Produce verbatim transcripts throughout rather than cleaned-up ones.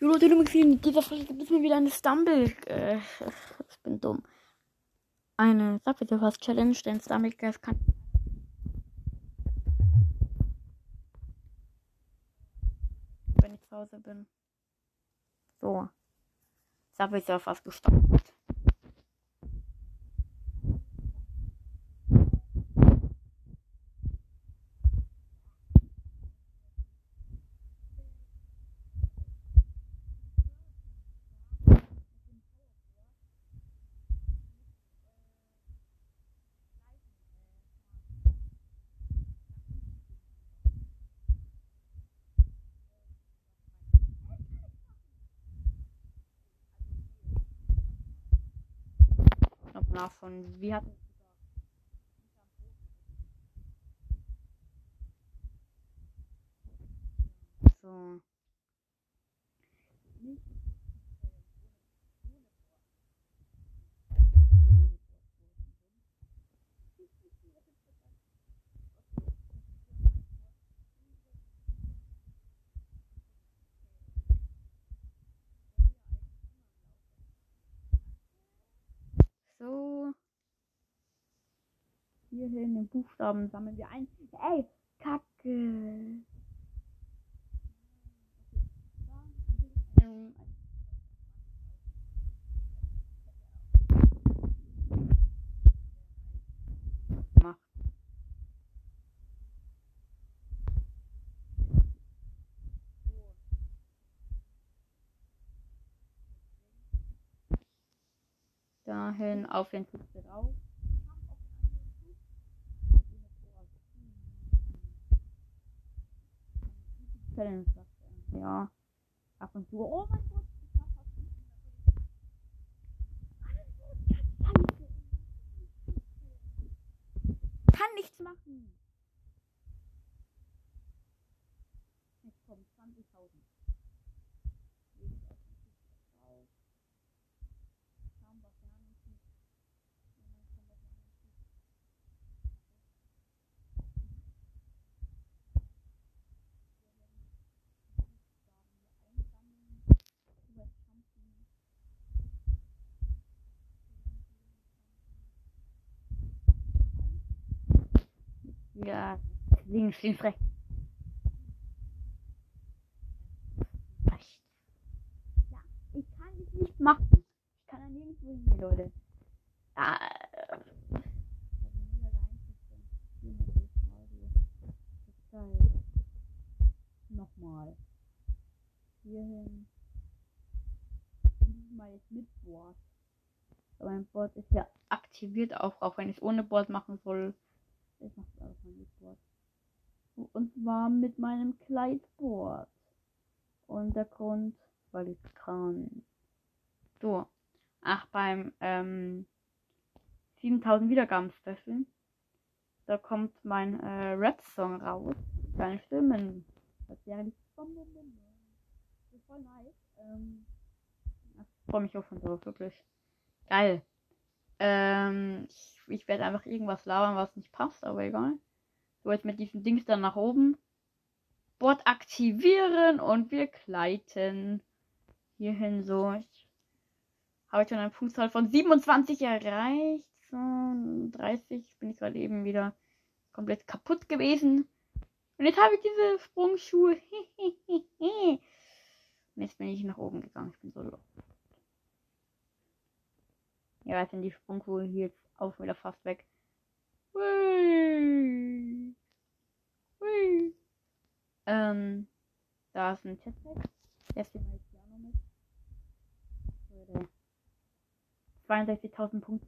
Jo Leute, in dieser Folge gibt es mal wieder eine Stumble. Äh, ich bin dumm. Eine, sag bitte was, Challenge, denn Stumbleguys kann. Wenn ich zu Hause bin. So. Sag bitte auf was gestoppt. Nochmal von, wie hat so. So. Hierhin den Buchstaben sammeln wir ein. Ey, Kacke. Ähm, Macht. Dahin auf den Zug drauf. Ja, ab und zu. Oh mein Gott, kann nichts machen. Jetzt kommt zwanzigtausend. Ja, links, links, rechts. Rechts. Ja, ich kann es nicht machen. Ich kann ja nirgendwo hin, Leute. Ja, nochmal. Hierhin. Mal jetzt mit Board. Aber mein Board ist ja aktiviert auch, auch wenn ich es ohne Board machen soll. Ich mache es auch mal mit Board. Und zwar mit meinem Kleidboard. Und der Grund, weil ich kann. So. Ach, beim ähm, siebentausend Wiedergaben Special. Da kommt mein äh, Rap-Song raus. Deine Stimmen. Das wäre nicht voll nice. Ähm, ich freue mich auch schon drauf, wirklich. Geil. Ähm, ich, ich werde einfach irgendwas labern, was nicht passt, aber egal. So, jetzt mit diesem Dings dann nach oben. Board aktivieren und wir gleiten hierhin so. Ich habe jetzt schon eine Punktzahl von siebenundzwanzig erreicht. So, dreißig bin ich gerade eben wieder komplett kaputt gewesen. Und jetzt habe ich diese Sprungschuhe. Und jetzt bin ich nach oben gegangen. Ich bin so lost. Ja, jetzt sind die Sprungschuhe hier jetzt auch wieder fast weg. Hui. Hui. Ähm, da ist ein Jetpack. Der ist jetzt ja noch mit. zweiundsechzigtausend Punkte.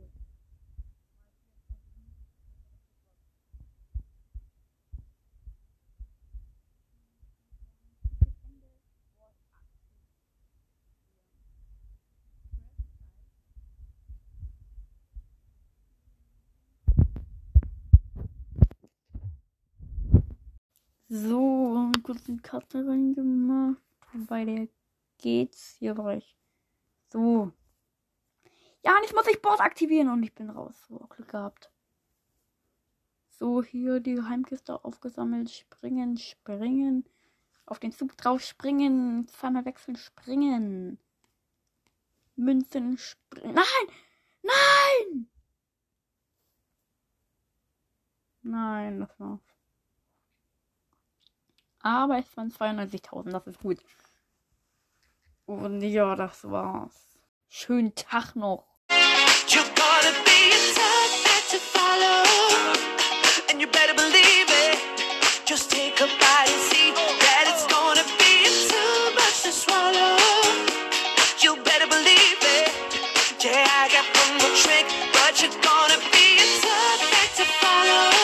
So, kurz eine Karte reingemacht. Bei der geht's. Hier war ich. So. Ja, und ich muss ich Board aktivieren und ich bin raus. So, Glück gehabt. So, hier die Geheimkiste aufgesammelt. Springen, springen. Auf den Zug drauf springen. Zweimal wechseln, springen. Münzen springen. Nein! Nein! Nein, das war's. Aber es waren zweiundneunzigtausend, das ist gut. Und ja, das war's. Schönen Tag noch. You're gonna be a tough act to follow, and you better believe it. Just take a bite and see that it's gonna be too much to swallow. You better believe it. Yeah, I got one more trick